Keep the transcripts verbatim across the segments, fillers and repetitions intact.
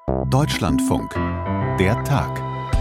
Deutschlandfunk. Der Tag.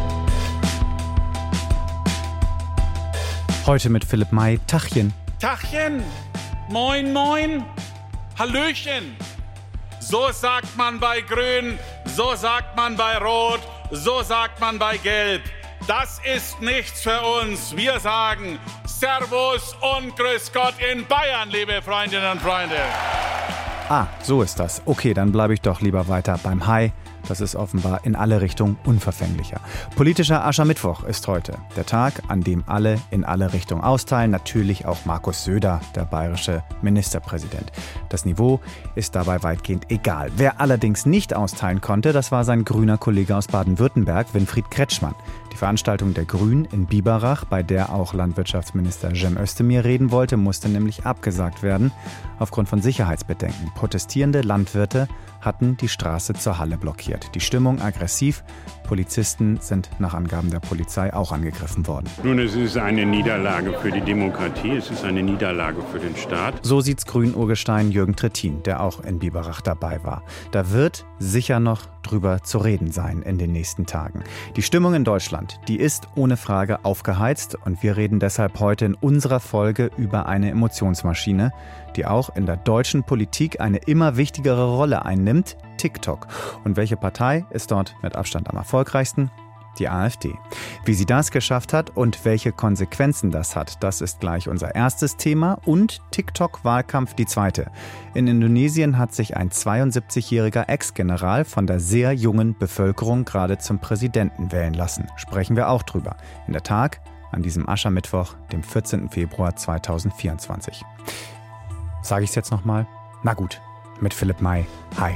Heute mit Philipp May. Tachchen. Tachchen. Moin, moin. Hallöchen. So sagt man bei Grün, so sagt man bei Rot, so sagt man bei Gelb. Das ist nichts für uns. Wir sagen Servus und Grüß Gott in Bayern, liebe Freundinnen und Freunde. Ah, so ist das. Okay, dann bleibe ich doch lieber weiter beim Hi. Das ist offenbar in alle Richtungen unverfänglicher. Politischer Aschermittwoch ist heute. Der Tag, an dem alle in alle Richtungen austeilen. Natürlich auch Markus Söder, der bayerische Ministerpräsident. Das Niveau ist dabei weitgehend egal. Wer allerdings nicht austeilen konnte, das war sein grüner Kollege aus Baden-Württemberg, Winfried Kretschmann. Die Veranstaltung der Grünen in Biberach, bei der auch Landwirtschaftsminister Cem Özdemir reden wollte, musste nämlich abgesagt werden. Aufgrund von Sicherheitsbedenken. Protestierende Landwirte hatten die Straße zur Halle blockiert. Die Stimmung aggressiv. Polizisten sind nach Angaben der Polizei auch angegriffen worden. Nun, es ist eine Niederlage für die Demokratie, es ist eine Niederlage für den Staat. So sieht's Grün-Urgestein Jürgen Trittin, der auch in Biberach dabei war. Da wird sicher noch drüber zu reden sein in den nächsten Tagen. Die Stimmung in Deutschland, die ist ohne Frage aufgeheizt und wir reden deshalb heute in unserer Folge über eine Emotionsmaschine, die auch in der deutschen Politik eine immer wichtigere Rolle einnimmt, TikTok. Und welche Partei ist dort mit Abstand am erfolgreichsten? Die AfD. Wie sie das geschafft hat und welche Konsequenzen das hat, das ist gleich unser erstes Thema und TikTok-Wahlkampf die zweite. In Indonesien hat sich ein zweiundsiebzigjähriger Ex-General von der sehr jungen Bevölkerung gerade zum Präsidenten wählen lassen. Sprechen wir auch drüber. In der Tag an diesem Aschermittwoch, dem vierzehnten Februar zweitausendvierundzwanzig. Sage ich es jetzt nochmal? Na gut, mit Philipp May. Hi.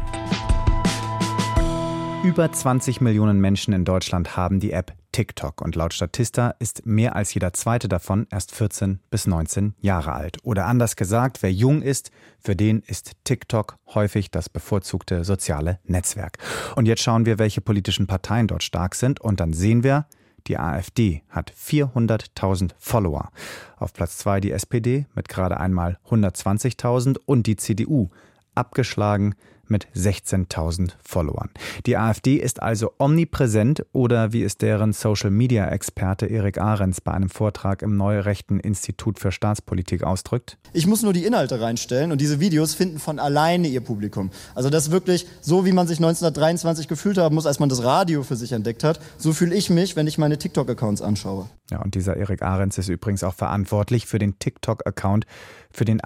Über zwanzig Millionen Menschen in Deutschland haben die App TikTok und laut Statista ist mehr als jeder zweite davon erst vierzehn bis neunzehn Jahre alt. Oder anders gesagt, wer jung ist, für den ist TikTok häufig das bevorzugte soziale Netzwerk. Und jetzt schauen wir, welche politischen Parteien dort stark sind und dann sehen wir, die AfD hat vierhunderttausend Follower. Auf Platz zwei die S P D mit gerade einmal hundertzwanzigtausend und die C D U abgeschlagen mit sechzehntausend Followern. Die AfD ist also omnipräsent oder wie es deren Social-Media-Experte Erik Ahrens bei einem Vortrag im Neurechten Institut für Staatspolitik ausdrückt. Ich muss nur die Inhalte reinstellen und diese Videos finden von alleine ihr Publikum. Also das ist wirklich so, wie man sich neunzehnhundertdreiundzwanzig gefühlt haben muss, als man das Radio für sich entdeckt hat. So fühle ich mich, wenn ich meine TikTok-Accounts anschaue. Ja, und dieser Erik Ahrens ist übrigens auch verantwortlich für den TikTok-Account für den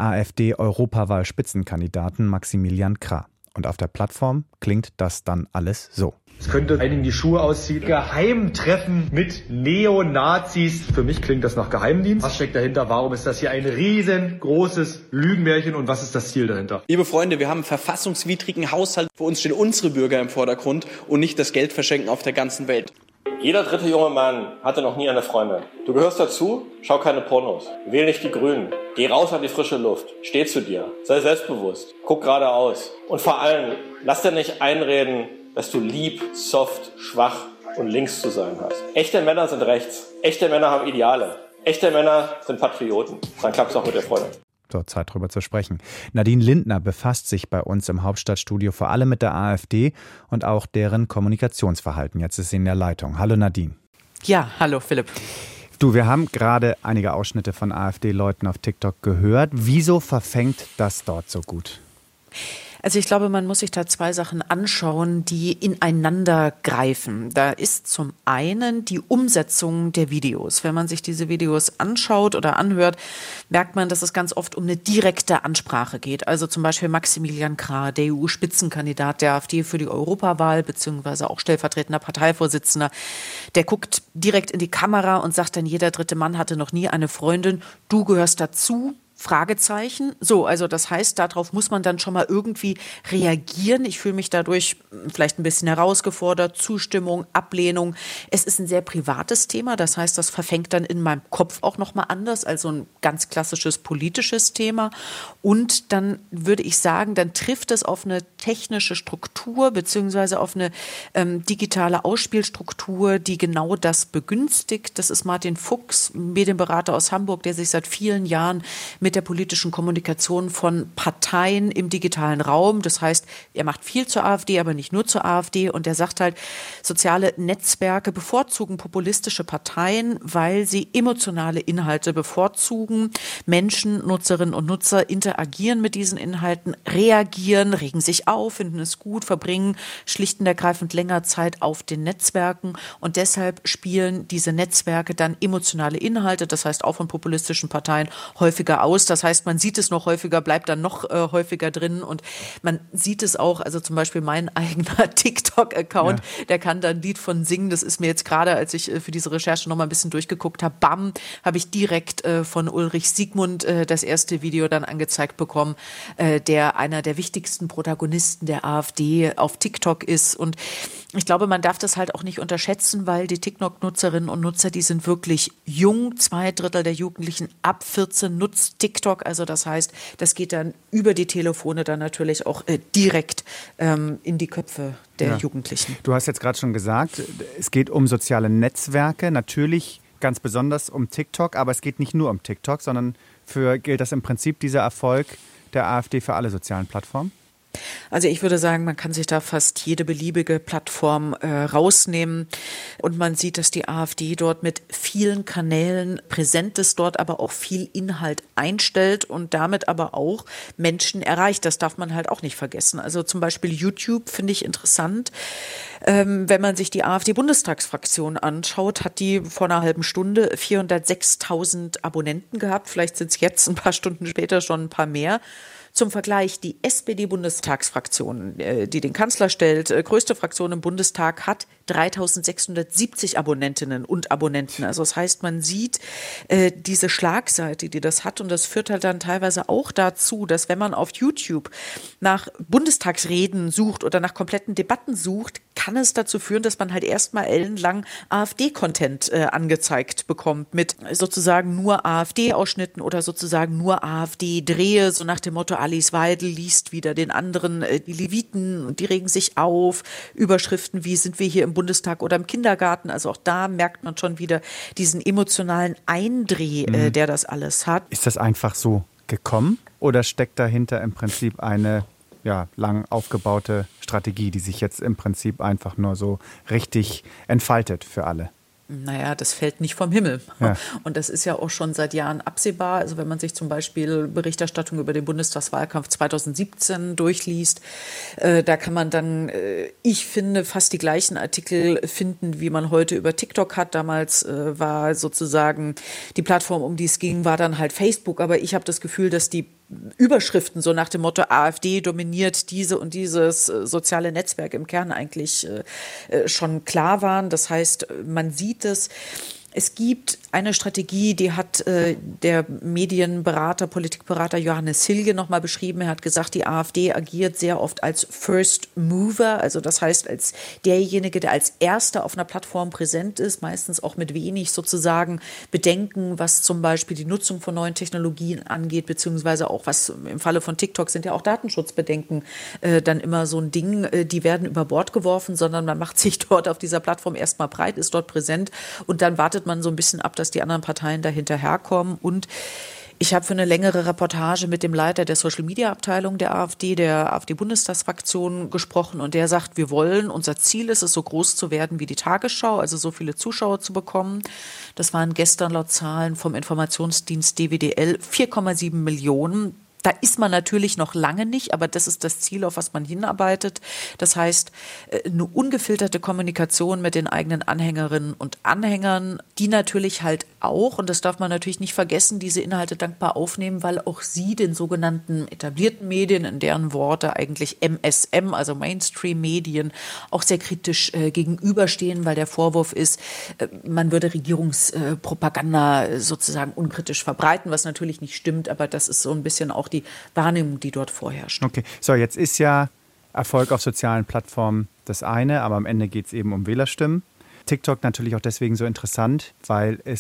AfD-Europawahl-Spitzenkandidaten Maximilian Krah. Und auf der Plattform klingt das dann alles so. Es könnte einigen die Schuhe ausziehen. Geheimtreffen mit Neonazis. Für mich klingt das nach Geheimdienst. Was steckt dahinter? Warum ist das hier ein riesengroßes Lügenmärchen und was ist das Ziel dahinter? Liebe Freunde, wir haben einen verfassungswidrigen Haushalt. Für uns stehen unsere Bürger im Vordergrund und nicht das Geld verschenken auf der ganzen Welt. Jeder dritte junge Mann hatte noch nie eine Freundin. Du gehörst dazu, schau keine Pornos. Wähl nicht die Grünen. Geh raus an die frische Luft. Steh zu dir. Sei selbstbewusst. Guck geradeaus. Und vor allem, lass dir nicht einreden, dass du lieb, soft, schwach und links zu sein hast. Echte Männer sind rechts. Echte Männer haben Ideale. Echte Männer sind Patrioten. Dann klappt's auch mit der Freundin. So, Zeit drüber zu sprechen. Nadine Lindner befasst sich bei uns im Hauptstadtstudio vor allem mit der AfD und auch deren Kommunikationsverhalten. Jetzt ist sie in der Leitung. Hallo Nadine. Ja, hallo Philipp. Du, wir haben gerade einige Ausschnitte von AfD-Leuten auf TikTok gehört. Wieso verfängt das dort so gut? Also ich glaube, man muss sich da zwei Sachen anschauen, die ineinander greifen. Da ist zum einen die Umsetzung der Videos. Wenn man sich diese Videos anschaut oder anhört, merkt man, dass es ganz oft um eine direkte Ansprache geht. Also zum Beispiel Maximilian Krah, der E U-Spitzenkandidat der AfD für die Europawahl, beziehungsweise auch stellvertretender Parteivorsitzender, der guckt direkt in die Kamera und sagt dann, jeder dritte Mann hatte noch nie eine Freundin, du gehörst dazu. Fragezeichen. So, also das heißt, darauf muss man dann schon mal irgendwie reagieren. Ich fühle mich dadurch vielleicht ein bisschen herausgefordert, Zustimmung, Ablehnung. Es ist ein sehr privates Thema, das heißt, das verfängt dann in meinem Kopf auch noch mal anders als so ein ganz klassisches politisches Thema. Und dann würde ich sagen, dann trifft es auf eine technische Struktur beziehungsweise auf eine ähm, digitale Ausspielstruktur, die genau das begünstigt. Das ist Martin Fuchs, Medienberater aus Hamburg, der sich seit vielen Jahren mit der politischen Kommunikation von Parteien im digitalen Raum. Das heißt, er macht viel zur AfD, aber nicht nur zur AfD. Und er sagt halt, soziale Netzwerke bevorzugen populistische Parteien, weil sie emotionale Inhalte bevorzugen. Menschen, Nutzerinnen und Nutzer interagieren mit diesen Inhalten, reagieren, regen sich auf, finden es gut, verbringen schlicht und ergreifend länger Zeit auf den Netzwerken. Und deshalb spielen diese Netzwerke dann emotionale Inhalte, das heißt auch von populistischen Parteien, häufiger aus. Das heißt, man sieht es noch häufiger, bleibt dann noch äh, häufiger drin. Und man sieht es auch, also zum Beispiel mein eigener TikTok-Account, ja. der kann da ein Lied von singen. Das ist mir jetzt gerade, als ich äh, für diese Recherche noch mal ein bisschen durchgeguckt habe, bam, habe ich direkt äh, von Ulrich Siegmund äh, das erste Video dann angezeigt bekommen, äh, der einer der wichtigsten Protagonisten der AfD auf TikTok ist. Und ich glaube, man darf das halt auch nicht unterschätzen, weil die TikTok-Nutzerinnen und Nutzer, die sind wirklich jung. Zwei Drittel der Jugendlichen ab vierzehn nutzt TikTok. Also das heißt, das geht dann über die Telefone dann natürlich auch äh, direkt ähm, in die Köpfe der ja. Jugendlichen. Du hast jetzt gerade schon gesagt, es geht um soziale Netzwerke, natürlich ganz besonders um TikTok, aber es geht nicht nur um TikTok, sondern für gilt das im Prinzip dieser Erfolg der AfD für alle sozialen Plattformen? Also ich würde sagen, man kann sich da fast jede beliebige Plattform äh, rausnehmen und man sieht, dass die AfD dort mit vielen Kanälen präsent ist, dort aber auch viel Inhalt einstellt und damit aber auch Menschen erreicht. Das darf man halt auch nicht vergessen. Also zum Beispiel YouTube finde ich interessant. Ähm, wenn man sich die AfD-Bundestagsfraktion anschaut, hat die vor einer halben Stunde vierhundertsechstausend Abonnenten gehabt. Vielleicht sind es jetzt ein paar Stunden später schon ein paar mehr. Zum Vergleich, die S P D-Bundestagsfraktion, die den Kanzler stellt, größte Fraktion im Bundestag, hat dreitausendsechshundertsiebzig Abonnentinnen und Abonnenten. Also das heißt, man sieht äh, diese Schlagseite, die das hat. Und das führt halt dann teilweise auch dazu, dass wenn man auf YouTube nach Bundestagsreden sucht oder nach kompletten Debatten sucht, kann es dazu führen, dass man halt erstmal ellenlang AfD-Content äh, angezeigt bekommt mit sozusagen nur AfD-Ausschnitten oder sozusagen nur AfD-Drehe, so nach dem Motto, Alice Weidel liest wieder den anderen, äh, die Leviten, und die regen sich auf, Überschriften wie sind wir hier im Bundestag oder im Kindergarten, also auch da merkt man schon wieder diesen emotionalen Eindreh, mhm. äh, der das alles hat. Ist das einfach so gekommen oder steckt dahinter im Prinzip eine ja, lang aufgebaute Strategie, die sich jetzt im Prinzip einfach nur so richtig entfaltet für alle? Naja, das fällt nicht vom Himmel. Ja. Und das ist ja auch schon seit Jahren absehbar. Also wenn man sich zum Beispiel Berichterstattung über den Bundestagswahlkampf zweitausendsiebzehn durchliest, äh, da kann man dann, äh, ich finde, fast die gleichen Artikel finden, wie man heute über TikTok hat. Damals äh, war sozusagen die Plattform, um die es ging, war dann halt Facebook. Aber ich habe das Gefühl, dass die Überschriften so nach dem Motto AfD dominiert diese und dieses äh, soziale Netzwerk im Kern eigentlich äh, schon klar waren. Das heißt, man sieht es. Es gibt eine Strategie, die hat äh, der Medienberater, Politikberater Johannes Hilge nochmal beschrieben. Er hat gesagt, die AfD agiert sehr oft als First Mover, also das heißt als derjenige, der als Erster auf einer Plattform präsent ist, meistens auch mit wenig sozusagen Bedenken, was zum Beispiel die Nutzung von neuen Technologien angeht, beziehungsweise auch was im Falle von TikTok sind ja auch Datenschutzbedenken äh, dann immer so ein Ding, äh, die werden über Bord geworfen, sondern man macht sich dort auf dieser Plattform erstmal breit, ist dort präsent und dann wartet man so ein bisschen ab, dass die anderen Parteien da hinterherkommen. Und ich habe für eine längere Reportage mit dem Leiter der Social-Media-Abteilung der AfD, der AfD-Bundestagsfraktion gesprochen und der sagt, wir wollen, unser Ziel ist es, so groß zu werden wie die Tagesschau, also so viele Zuschauer zu bekommen. Das waren gestern laut Zahlen vom Informationsdienst D W D L vier Komma sieben Millionen. Da ist man natürlich noch lange nicht, aber das ist das Ziel, auf was man hinarbeitet. Das heißt, eine ungefilterte Kommunikation mit den eigenen Anhängerinnen und Anhängern, die natürlich halt auch, und das darf man natürlich nicht vergessen, diese Inhalte dankbar aufnehmen, weil auch sie den sogenannten etablierten Medien, in deren Worte eigentlich M S M, also Mainstream-Medien, auch sehr kritisch äh, gegenüberstehen, weil der Vorwurf ist, äh, man würde Regierungspropaganda äh, sozusagen unkritisch verbreiten, was natürlich nicht stimmt, aber das ist so ein bisschen auch die Wahrnehmung, die dort vorherrscht. Okay, so jetzt ist ja Erfolg auf sozialen Plattformen das eine, aber am Ende geht es eben um Wählerstimmen. TikTok natürlich auch deswegen so interessant, weil es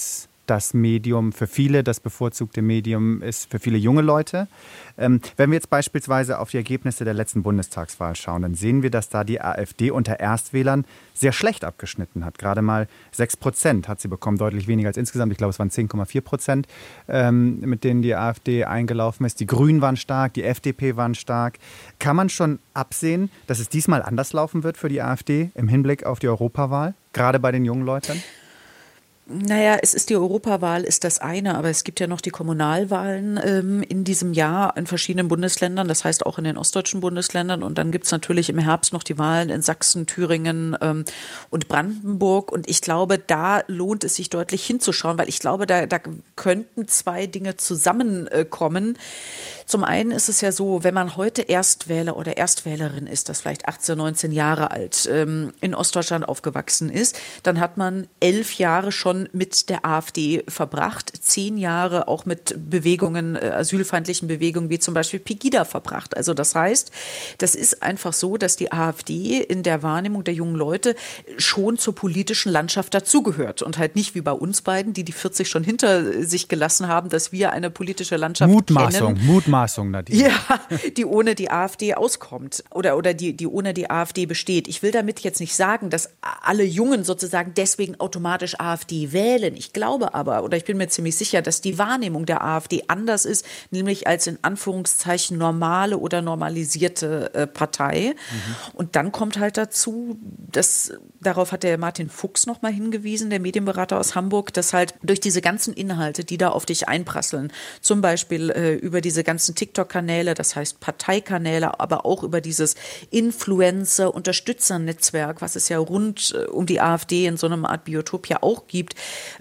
das Medium für viele, das bevorzugte Medium ist für viele junge Leute. Ähm, wenn wir jetzt beispielsweise auf die Ergebnisse der letzten Bundestagswahl schauen, dann sehen wir, dass da die AfD unter Erstwählern sehr schlecht abgeschnitten hat. Gerade mal sechs Prozent hat sie bekommen, deutlich weniger als insgesamt. Ich glaube, es waren zehn Komma vier Prozent, ähm, mit denen die AfD eingelaufen ist. Die Grünen waren stark, die F D P waren stark. Kann man schon absehen, dass es diesmal anders laufen wird für die AfD im Hinblick auf die Europawahl, gerade bei den jungen Leuten? Naja, es ist die Europawahl, ist das eine, aber es gibt ja noch die Kommunalwahlen ähm, in diesem Jahr in verschiedenen Bundesländern, das heißt auch in den ostdeutschen Bundesländern, und dann gibt es natürlich im Herbst noch die Wahlen in Sachsen, Thüringen ähm, und Brandenburg, und ich glaube, da lohnt es sich deutlich hinzuschauen, weil ich glaube, da, da könnten zwei Dinge zusammenkommen. Zum einen ist es ja so, wenn man heute Erstwähler oder Erstwählerin ist, das vielleicht achtzehn, neunzehn Jahre alt, ähm, in Ostdeutschland aufgewachsen ist, dann hat man elf Jahre schon mit der AfD verbracht, zehn Jahre auch mit Bewegungen, äh, asylfeindlichen Bewegungen wie zum Beispiel Pegida verbracht. Also das heißt, das ist einfach so, dass die AfD in der Wahrnehmung der jungen Leute schon zur politischen Landschaft dazugehört und halt nicht wie bei uns beiden, die die vierzig schon hinter sich gelassen haben, dass wir eine politische Landschaft Mutmaßung, kennen. Mutmaßung, Nadine. Ja, die ohne die AfD auskommt oder, oder die, die ohne die AfD besteht. Ich will damit jetzt nicht sagen, dass alle Jungen sozusagen deswegen automatisch AfD wählen. Ich glaube aber, oder ich bin mir ziemlich sicher, dass die Wahrnehmung der AfD anders ist, nämlich als in Anführungszeichen normale oder normalisierte äh, Partei. Mhm. Und dann kommt halt dazu, dass, darauf hat der Martin Fuchs nochmal hingewiesen, der Medienberater aus Hamburg, dass halt durch diese ganzen Inhalte, die da auf dich einprasseln, zum Beispiel äh, über diese ganzen TikTok-Kanäle, das heißt Parteikanäle, aber auch über dieses Influencer-Unterstützer-Netzwerk, was es ja rund äh, um die AfD in so einer Art Biotop ja auch gibt,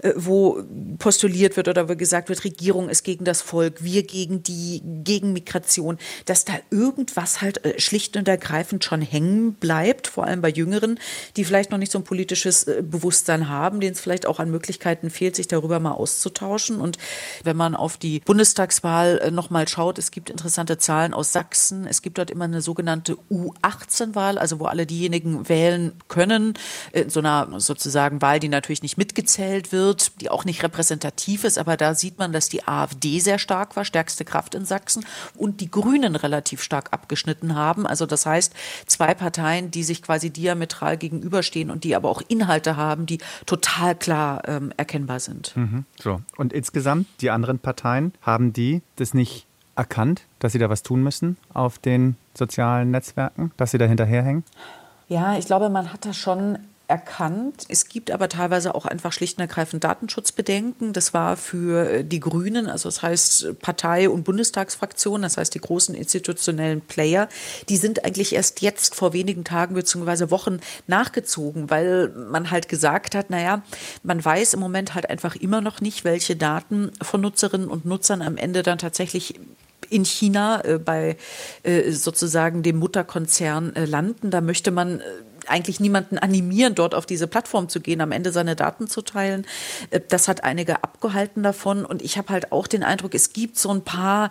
wo postuliert wird oder wo gesagt wird, Regierung ist gegen das Volk, wir gegen die, gegen Migration, dass da irgendwas halt schlicht und ergreifend schon hängen bleibt, vor allem bei Jüngeren, die vielleicht noch nicht so ein politisches Bewusstsein haben, denen es vielleicht auch an Möglichkeiten fehlt, sich darüber mal auszutauschen. Und wenn man auf die Bundestagswahl nochmal schaut, es gibt interessante Zahlen aus Sachsen, es gibt dort immer eine sogenannte U achtzehn Wahl, also wo alle diejenigen wählen können, in so einer sozusagen Wahl, die natürlich nicht mitgezählt wird, die auch nicht repräsentativ ist, aber da sieht man, dass die AfD sehr stark war, stärkste Kraft in Sachsen, und die Grünen relativ stark abgeschnitten haben. Also das heißt, zwei Parteien, die sich quasi diametral gegenüberstehen und die aber auch Inhalte haben, die total klar ähm, erkennbar sind. Mhm. So. Und insgesamt, die anderen Parteien, haben die das nicht erkannt, dass sie da was tun müssen auf den sozialen Netzwerken, dass sie da hinterherhängen? Ja, ich glaube, man hat das schon erkannt. Es gibt aber teilweise auch einfach schlicht und ergreifend Datenschutzbedenken. Das war für die Grünen, also das heißt Partei- und Bundestagsfraktionen, das heißt die großen institutionellen Player, die sind eigentlich erst jetzt vor wenigen Tagen bzw. Wochen nachgezogen, weil man halt gesagt hat, naja, man weiß im Moment halt einfach immer noch nicht, welche Daten von Nutzerinnen und Nutzern am Ende dann tatsächlich in China äh, bei äh, sozusagen dem Mutterkonzern äh, landen. Da möchte man äh, eigentlich niemanden animieren, dort auf diese Plattform zu gehen, am Ende seine Daten zu teilen. Äh, das hat einige abgehalten davon. Und ich habe halt auch den Eindruck, es gibt so ein paar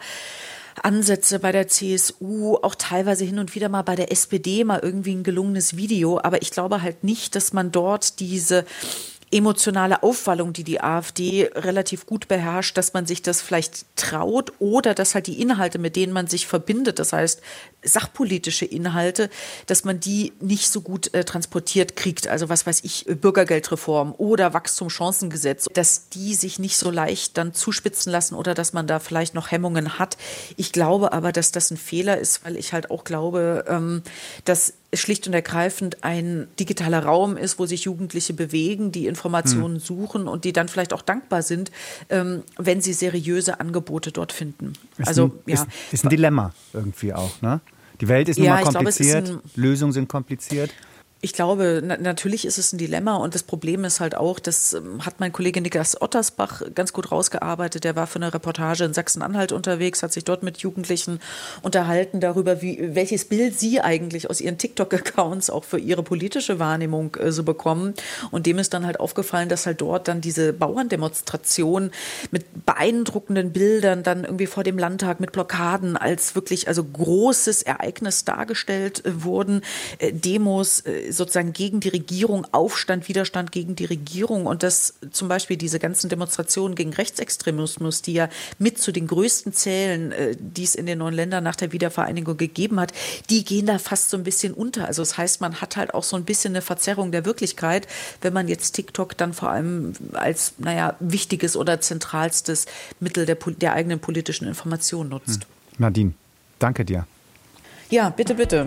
Ansätze bei der C S U, auch teilweise hin und wieder mal bei der S P D mal irgendwie ein gelungenes Video. Aber ich glaube halt nicht, dass man dort diese emotionale Aufwallung, die die AfD relativ gut beherrscht, dass man sich das vielleicht traut oder dass halt die Inhalte, mit denen man sich verbindet, das heißt sachpolitische Inhalte, dass man die nicht so gut äh, transportiert kriegt. Also was weiß ich, Bürgergeldreform oder Wachstumschancengesetz, dass die sich nicht so leicht dann zuspitzen lassen oder dass man da vielleicht noch Hemmungen hat. Ich glaube aber, dass das ein Fehler ist, weil ich halt auch glaube, ähm, dass schlicht und ergreifend ein digitaler Raum ist, wo sich Jugendliche bewegen, die Informationen hm. suchen und die dann vielleicht auch dankbar sind, ähm, wenn sie seriöse Angebote dort finden. Ist also ein, ja, ist, ist ein Dilemma irgendwie auch, ne? Die Welt ist nun ja, mal kompliziert, glaube, Lösungen sind kompliziert. Ich glaube, na, natürlich ist es ein Dilemma und das Problem ist halt auch, das ähm, hat mein Kollege Niklas Ottersbach ganz gut rausgearbeitet, der war für eine Reportage in Sachsen-Anhalt unterwegs, hat sich dort mit Jugendlichen unterhalten darüber, wie, welches Bild sie eigentlich aus ihren TikTok-Accounts auch für ihre politische Wahrnehmung äh, so bekommen, und dem ist dann halt aufgefallen, dass halt dort dann diese Bauerndemonstration mit beeindruckenden Bildern dann irgendwie vor dem Landtag mit Blockaden als wirklich also großes Ereignis dargestellt äh, wurden, äh, Demos äh, sozusagen gegen die Regierung, Aufstand, Widerstand gegen die Regierung und dass zum Beispiel diese ganzen Demonstrationen gegen Rechtsextremismus, die ja mit zu den größten zählen, äh, die es in den neuen Ländern nach der Wiedervereinigung gegeben hat, die gehen da fast so ein bisschen unter. Also das heißt, man hat halt auch so ein bisschen eine Verzerrung der Wirklichkeit, wenn man jetzt TikTok dann vor allem als, naja, wichtiges oder zentralstes Mittel der, der eigenen politischen Information nutzt. Hm. Nadine, danke dir. Ja, bitte, bitte.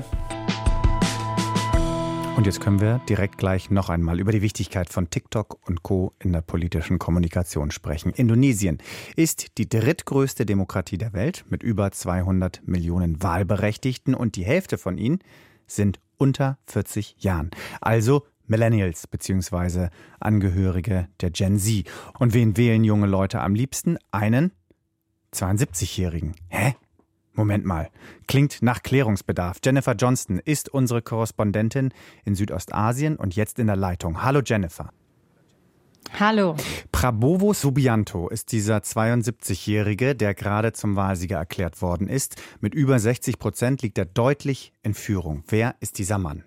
Und jetzt können wir direkt gleich noch einmal über die Wichtigkeit von TikTok und Co. in der politischen Kommunikation sprechen. Indonesien ist die drittgrößte Demokratie der Welt mit über zweihundert Millionen Wahlberechtigten und die Hälfte von ihnen sind unter vierzig Jahren. Also Millennials bzw. Angehörige der Gen Z. Und wen wählen junge Leute am liebsten? Einen zweiundsiebzigjährigen. Hä? Moment mal, klingt nach Klärungsbedarf. Jennifer Johnston ist unsere Korrespondentin in Südostasien und jetzt in der Leitung. Hallo Jennifer. Hallo. Prabowo Subianto ist dieser zweiundsiebzigjährige, der gerade zum Wahlsieger erklärt worden ist. Mit über sechzig Prozent liegt er deutlich in Führung. Wer ist dieser Mann?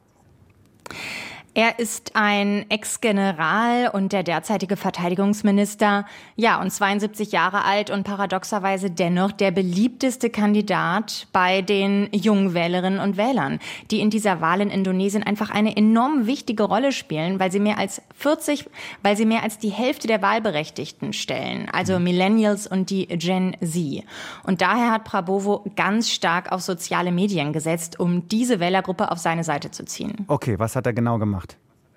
Er ist ein Ex-General und der derzeitige Verteidigungsminister, ja, und zweiundsiebzig Jahre alt und paradoxerweise dennoch der beliebteste Kandidat bei den jungen Wählerinnen und Wählern, die in dieser Wahl in Indonesien einfach eine enorm wichtige Rolle spielen, weil sie mehr als vierzig, weil sie mehr als die Hälfte der Wahlberechtigten stellen, also Millennials und die Gen Z. Und daher hat Prabowo ganz stark auf soziale Medien gesetzt, um diese Wählergruppe auf seine Seite zu ziehen. Okay, was hat er genau gemacht?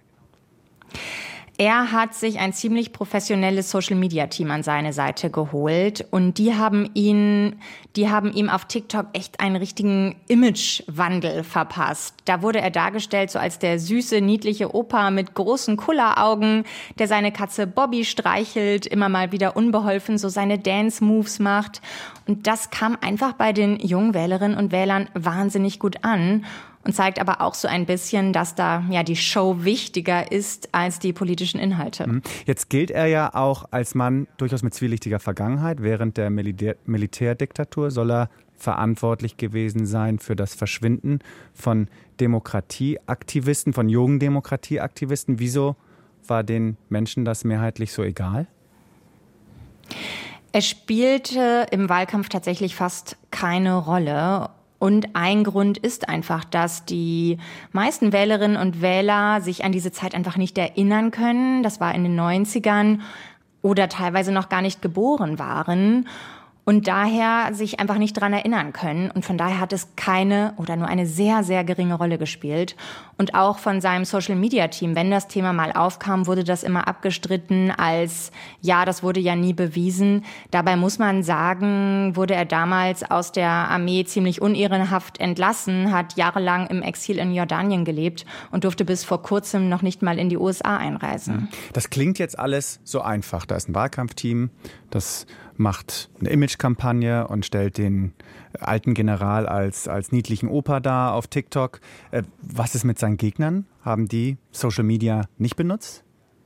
Er hat sich ein ziemlich professionelles Social-Media-Team an seine Seite geholt und die haben ihn, die haben ihm auf TikTok echt einen richtigen Imagewandel verpasst. Da wurde er dargestellt so als der süße, niedliche Opa mit großen Kulleraugen, der seine Katze Bobby streichelt, immer mal wieder unbeholfen so seine Dance-Moves macht. Und das kam einfach bei den jungen Wählerinnen und Wählern wahnsinnig gut an. Und zeigt aber auch so ein bisschen, dass da ja die Show wichtiger ist als die politischen Inhalte. Jetzt gilt er ja auch als Mann durchaus mit zwielichtiger Vergangenheit. Während der Militär- Militärdiktatur soll er verantwortlich gewesen sein für das Verschwinden von Demokratieaktivisten, von jungen Demokratieaktivisten. Wieso war den Menschen das mehrheitlich so egal? Er spielte im Wahlkampf tatsächlich fast keine Rolle. Und ein Grund ist einfach, dass die meisten Wählerinnen und Wähler sich an diese Zeit einfach nicht erinnern können. Das war in den neunzigern oder teilweise noch gar nicht geboren waren. Und daher sich einfach nicht daran erinnern können. Und von daher hat es keine oder nur eine sehr, sehr geringe Rolle gespielt. Und auch von seinem Social-Media-Team, wenn das Thema mal aufkam, wurde das immer abgestritten als, ja, das wurde ja nie bewiesen. Dabei muss man sagen, wurde er damals aus der Armee ziemlich unehrenhaft entlassen, hat jahrelang im Exil in Jordanien gelebt und durfte bis vor kurzem noch nicht mal in die U S A einreisen. Das klingt jetzt alles so einfach. Da ist ein Wahlkampfteam, das macht eine Imagekampagne und stellt den alten General als, als niedlichen Opa dar auf TikTok. Äh, was ist mit seinen Gegnern? Haben die Social Media nicht benutzt?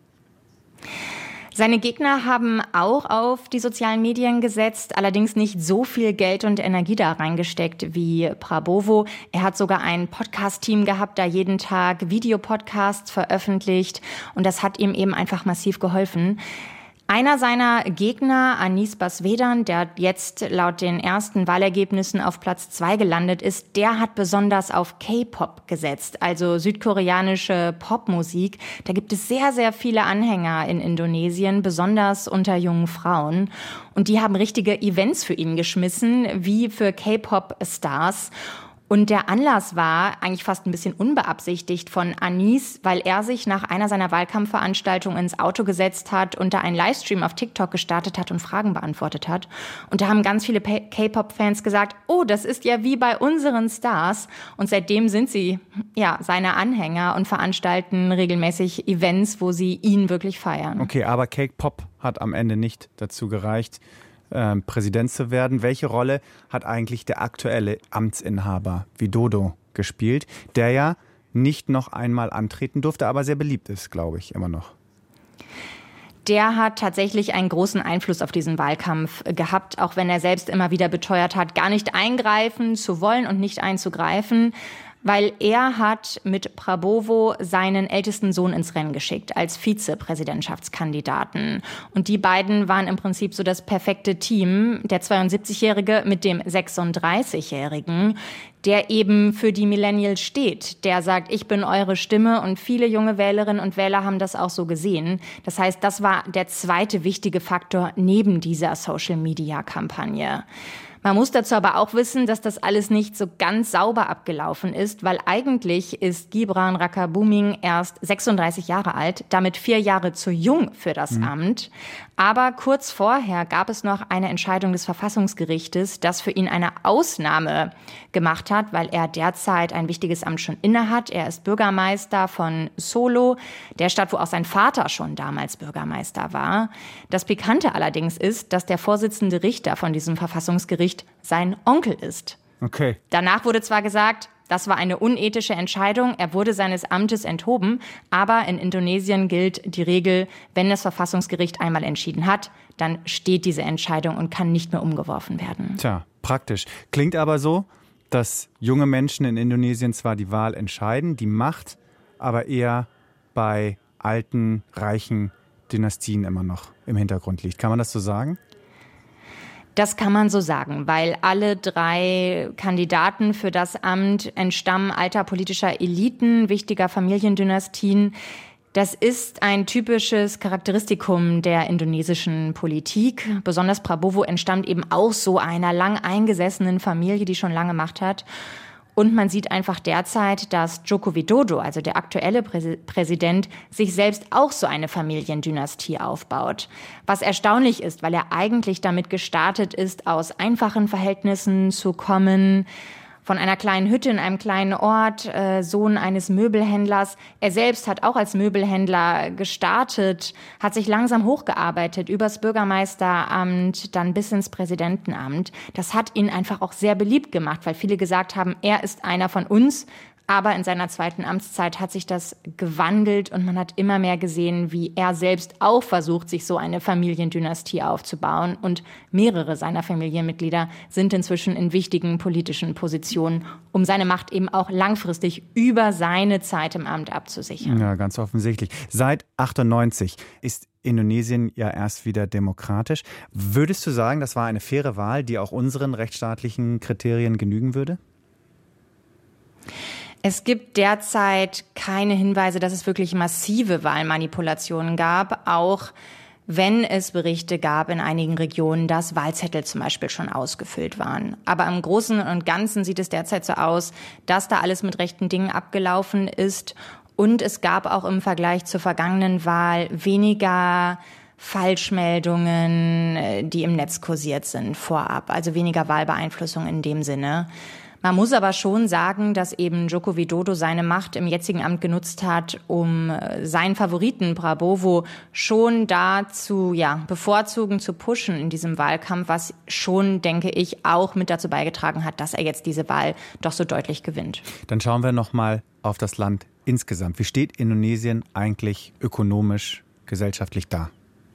Seine Gegner haben auch auf die sozialen Medien gesetzt, allerdings nicht so viel Geld und Energie da reingesteckt wie Prabowo. Er hat sogar ein Podcast-Team gehabt, da jeden Tag Videopodcasts veröffentlicht und das hat ihm eben einfach massiv geholfen. Einer seiner Gegner, Anies Baswedan, der jetzt laut den ersten Wahlergebnissen auf Platz zwei gelandet ist, der hat besonders auf K-Pop gesetzt, also südkoreanische Popmusik. Da gibt es sehr, sehr viele Anhänger in Indonesien, besonders unter jungen Frauen. Und die haben richtige Events für ihn geschmissen, wie für K-Pop-Stars. Und der Anlass war eigentlich fast ein bisschen unbeabsichtigt von Anies, weil er sich nach einer seiner Wahlkampfveranstaltungen ins Auto gesetzt hat und da einen Livestream auf TikTok gestartet hat und Fragen beantwortet hat. Und da haben ganz viele K-Pop-Fans gesagt, oh, das ist ja wie bei unseren Stars. Und seitdem sind sie ja seine Anhänger und veranstalten regelmäßig Events, wo sie ihn wirklich feiern. Okay, aber K-Pop hat am Ende nicht dazu gereicht, Äh, Präsident zu werden. Welche Rolle hat eigentlich der aktuelle Amtsinhaber Widodo gespielt, der ja nicht noch einmal antreten durfte, aber sehr beliebt ist, glaube ich, immer noch? Der hat tatsächlich einen großen Einfluss auf diesen Wahlkampf gehabt, auch wenn er selbst immer wieder beteuert hat, gar nicht eingreifen zu wollen und nicht einzugreifen. Weil er hat mit Prabowo seinen ältesten Sohn ins Rennen geschickt als Vizepräsidentschaftskandidaten. Und die beiden waren im Prinzip so das perfekte Team. Der zweiundsiebzigjährige mit dem sechsunddreißigjährigen, der eben für die Millennials steht. Der sagt, ich bin eure Stimme, und viele junge Wählerinnen und Wähler haben das auch so gesehen. Das heißt, das war der zweite wichtige Faktor neben dieser Social-Media-Kampagne. Man muss dazu aber auch wissen, dass das alles nicht so ganz sauber abgelaufen ist, weil eigentlich ist Gibran Rakabuming erst sechsunddreißig Jahre alt, damit vier Jahre zu jung für das mhm. Amt. Aber kurz vorher gab es noch eine Entscheidung des Verfassungsgerichtes, das für ihn eine Ausnahme gemacht hat, weil er derzeit ein wichtiges Amt schon innehat. Er ist Bürgermeister von Solo, der Stadt, wo auch sein Vater schon damals Bürgermeister war. Das Pikante allerdings ist, dass der Vorsitzende Richter von diesem Verfassungsgericht sein Onkel ist. Okay. Danach wurde zwar gesagt, das war eine unethische Entscheidung, er wurde seines Amtes enthoben, aber in Indonesien gilt die Regel, wenn das Verfassungsgericht einmal entschieden hat, dann steht diese Entscheidung und kann nicht mehr umgeworfen werden. Tja, praktisch. Klingt aber so, dass junge Menschen in Indonesien zwar die Wahl entscheiden, die Macht aber eher bei alten, reichen Dynastien immer noch im Hintergrund liegt. Kann man das so sagen? Das kann man so sagen, weil alle drei Kandidaten für das Amt entstammen alter politischer Eliten, wichtiger Familiendynastien. Das ist ein typisches Charakteristikum der indonesischen Politik. Besonders Prabowo entstammt eben auch so einer lang eingesessenen Familie, die schon lange Macht hat. Und man sieht einfach derzeit, dass Joko Widodo, also der aktuelle Präs- Präsident, sich selbst auch so eine Familiendynastie aufbaut. Was erstaunlich ist, weil er eigentlich damit gestartet ist, aus einfachen Verhältnissen zu kommen, von einer kleinen Hütte in einem kleinen Ort, äh, Sohn eines Möbelhändlers. Er selbst hat auch als Möbelhändler gestartet, hat sich langsam hochgearbeitet übers Bürgermeisteramt, dann bis ins Präsidentenamt. Das hat ihn einfach auch sehr beliebt gemacht, weil viele gesagt haben, er ist einer von uns. Aber in seiner zweiten Amtszeit hat sich das gewandelt und man hat immer mehr gesehen, wie er selbst auch versucht, sich so eine Familiendynastie aufzubauen. Und mehrere seiner Familienmitglieder sind inzwischen in wichtigen politischen Positionen, um seine Macht eben auch langfristig über seine Zeit im Amt abzusichern. Ja, ganz offensichtlich. Seit achtundneunzig ist Indonesien ja erst wieder demokratisch. Würdest du sagen, das war eine faire Wahl, die auch unseren rechtsstaatlichen Kriterien genügen würde? Es gibt derzeit keine Hinweise, dass es wirklich massive Wahlmanipulationen gab, auch wenn es Berichte gab in einigen Regionen, dass Wahlzettel zum Beispiel schon ausgefüllt waren. Aber im Großen und Ganzen sieht es derzeit so aus, dass da alles mit rechten Dingen abgelaufen ist. Und es gab auch im Vergleich zur vergangenen Wahl weniger Falschmeldungen, die im Netz kursiert sind vorab, also weniger Wahlbeeinflussung in dem Sinne. Man muss aber schon sagen, dass eben Joko Widodo seine Macht im jetzigen Amt genutzt hat, um seinen Favoriten Prabowo schon dazu, ja, bevorzugen, zu pushen in diesem Wahlkampf, was schon, denke ich, auch mit dazu beigetragen hat, dass er jetzt diese Wahl doch so deutlich gewinnt. Dann schauen wir noch mal auf das Land insgesamt. Wie steht Indonesien eigentlich ökonomisch, gesellschaftlich da?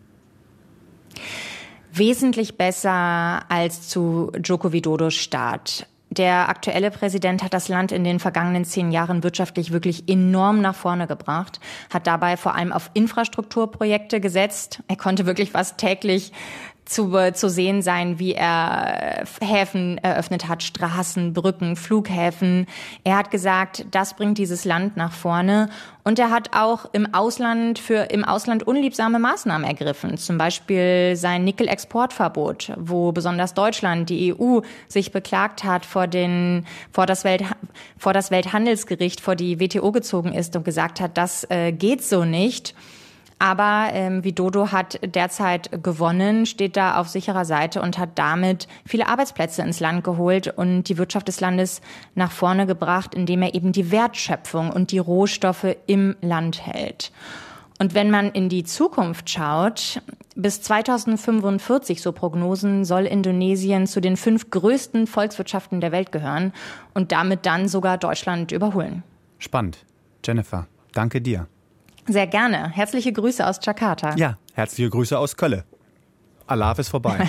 Wesentlich besser als zu Joko Widodos Start. Der aktuelle Präsident hat das Land in den vergangenen zehn Jahren wirtschaftlich wirklich enorm nach vorne gebracht, hat dabei vor allem auf Infrastrukturprojekte gesetzt. Er konnte wirklich fast täglich zu, zu sehen sein, wie er Häfen eröffnet hat, Straßen, Brücken, Flughäfen. Er hat gesagt, das bringt dieses Land nach vorne. Und er hat auch im Ausland für im Ausland unliebsame Maßnahmen ergriffen. Zum Beispiel sein Nickel-Exportverbot, wo besonders Deutschland, die E U, sich beklagt hat, vor den, vor das Welt, vor das Welthandelsgericht, vor die W T O gezogen ist und gesagt hat, das äh, geht so nicht. Aber ähm, Widodo hat derzeit gewonnen, steht da auf sicherer Seite und hat damit viele Arbeitsplätze ins Land geholt und die Wirtschaft des Landes nach vorne gebracht, indem er eben die Wertschöpfung und die Rohstoffe im Land hält. Und wenn man in die Zukunft schaut, bis zweitausendfünfundvierzig, so Prognosen, soll Indonesien zu den fünf größten Volkswirtschaften der Welt gehören und damit dann sogar Deutschland überholen. Spannend. Jennifer, danke dir. Sehr gerne. Herzliche Grüße aus Jakarta. Ja, herzliche Grüße aus Kölle. Alaf ist vorbei.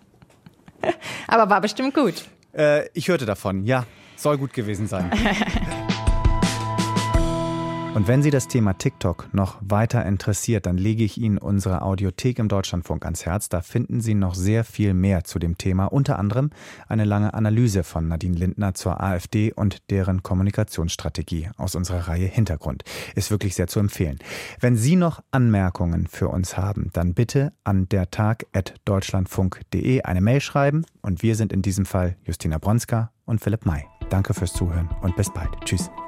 Aber war bestimmt gut. Äh, ich hörte davon, ja. Soll gut gewesen sein. Und wenn Sie das Thema TikTok noch weiter interessiert, dann lege ich Ihnen unsere Audiothek im Deutschlandfunk ans Herz. Da finden Sie noch sehr viel mehr zu dem Thema. Unter anderem eine lange Analyse von Nadine Lindner zur AfD und deren Kommunikationsstrategie aus unserer Reihe Hintergrund. Ist wirklich sehr zu empfehlen. Wenn Sie noch Anmerkungen für uns haben, dann bitte an dertag at deutschlandfunk punkt de eine Mail schreiben. Und wir sind in diesem Fall Justina Bronska und Philipp May. Danke fürs Zuhören und bis bald. Tschüss.